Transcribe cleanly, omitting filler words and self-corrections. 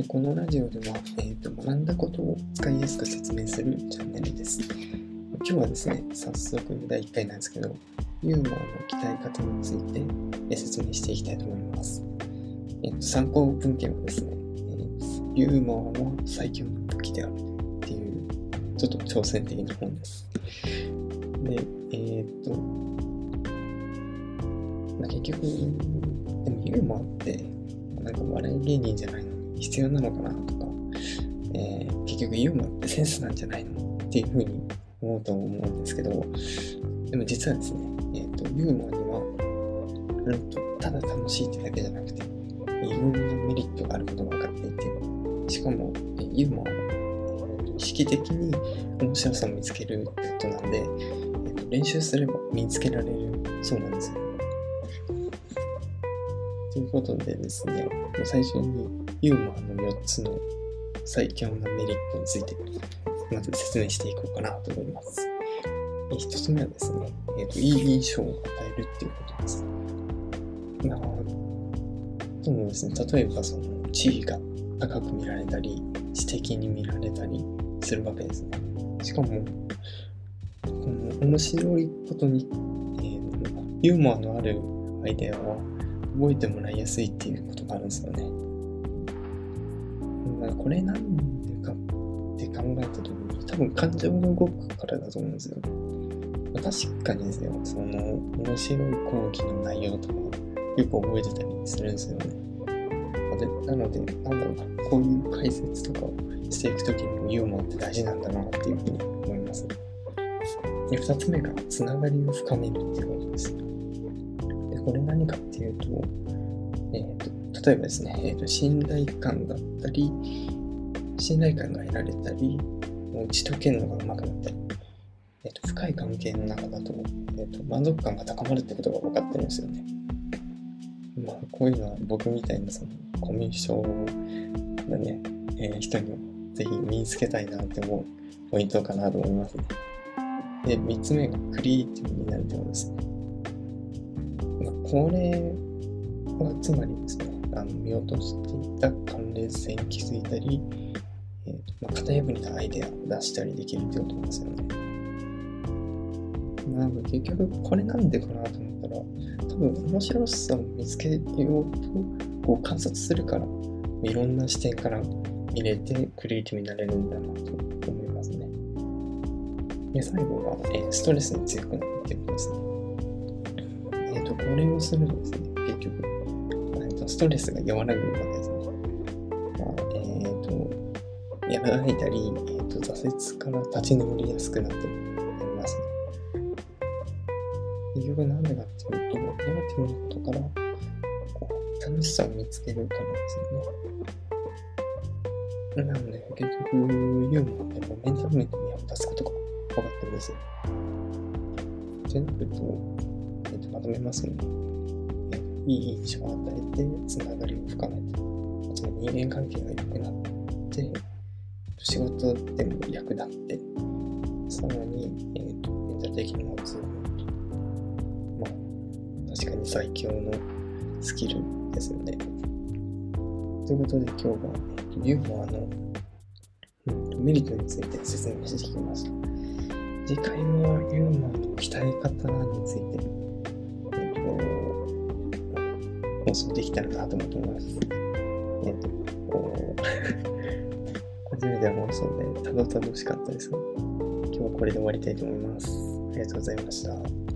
このラジオでは、学んだことを使いやすく説明するチャンネルです。今日はですね、早速第1回なんですけど、ユーモアの鍛え方について説明していきたいと思います。参考文献はですね、ユーモアの最強の武器であるっていうちょっと挑戦的な本です。で、結局、でもユーモアってなんか笑い芸人じゃないのに必要なのかなとか、結局ユーモアってセンスなんじゃないのっていうふうに思うと思うんですけど、でも実はですね、ユーモアにはただ楽しいってだけじゃなくて、いろんなメリットがあることが分かっていて、しかもユーモアは意識的に面白さを見つけるってことなんで、練習すれば身につけられるそうなんですよ。ということでですね、最初にユーモアの4つの最強なメリットについてまず説明していこうかなと思います。1つ目はですね、いい印象を与えるっていうことです。でもですね、例えばその地位が高く見られたり、知的に見られたりするわけですね。しかも、この面白いことに、ユーモアのあるアイデアは覚えてもらいやすいっていうことがあるんですよね。これなんでかって考えたときに、多分感情が動くからだと思うんですよ。確かにですよ、その面白い講義の内容とかよく覚えてたりするんですよね。なので、こういう解説とかをしていくときにもユーモアって大事なんだなっていうふうに思います。で、2つ目がつながりを深めるっていうことです。で、これ何かっていうと、例えばですね、信頼感だったり、信頼感が得られたり、打ち解けるのが上手くなったり、深い関係の中だと、満足感が高まるってことが分かってるんですよね。こういうのは僕みたいなそのコミュ障なね、人にもぜひ身につけたいなって思うポイントかなと思いますね。で、3つ目がクリエイティブになるということですね。これはつまりですね、見落としていた関連性に気づいたり、型破りなアイデアを出したりできるってことなんですよね。結局これなんでかなと思ったら、多分面白さを見つけようとこう観察するから、いろんな視点から見れてクリエイティブになれるんだなと思いますね。で、最後が、ストレスに強くなるっていうことですね。これをするとですね、結局、ストレスが和らぐわけですね。和らいだり、挫折から立ち直りやすくなっていますね。結局なんでかっていうと、ネガティブなことから楽しさを見つけるからですよね。なので、結局、ユーモアってメンタル面で役立つことが分かってるんですよ。となると、まとめますね。いい印象を与えて、つながりを深めて、つまり人間関係が良くなって、仕事でも役立って、さらに、メンタル的にも強く確かに最強のスキルですよね。ということで今日は、ユーモアの、メリットについて説明してきました。次回はユーモアの鍛え方について、放送できたらなと思っています。初めての放送でたどたどしかったですが、今日はこれで終わりたいと思います。ありがとうございました。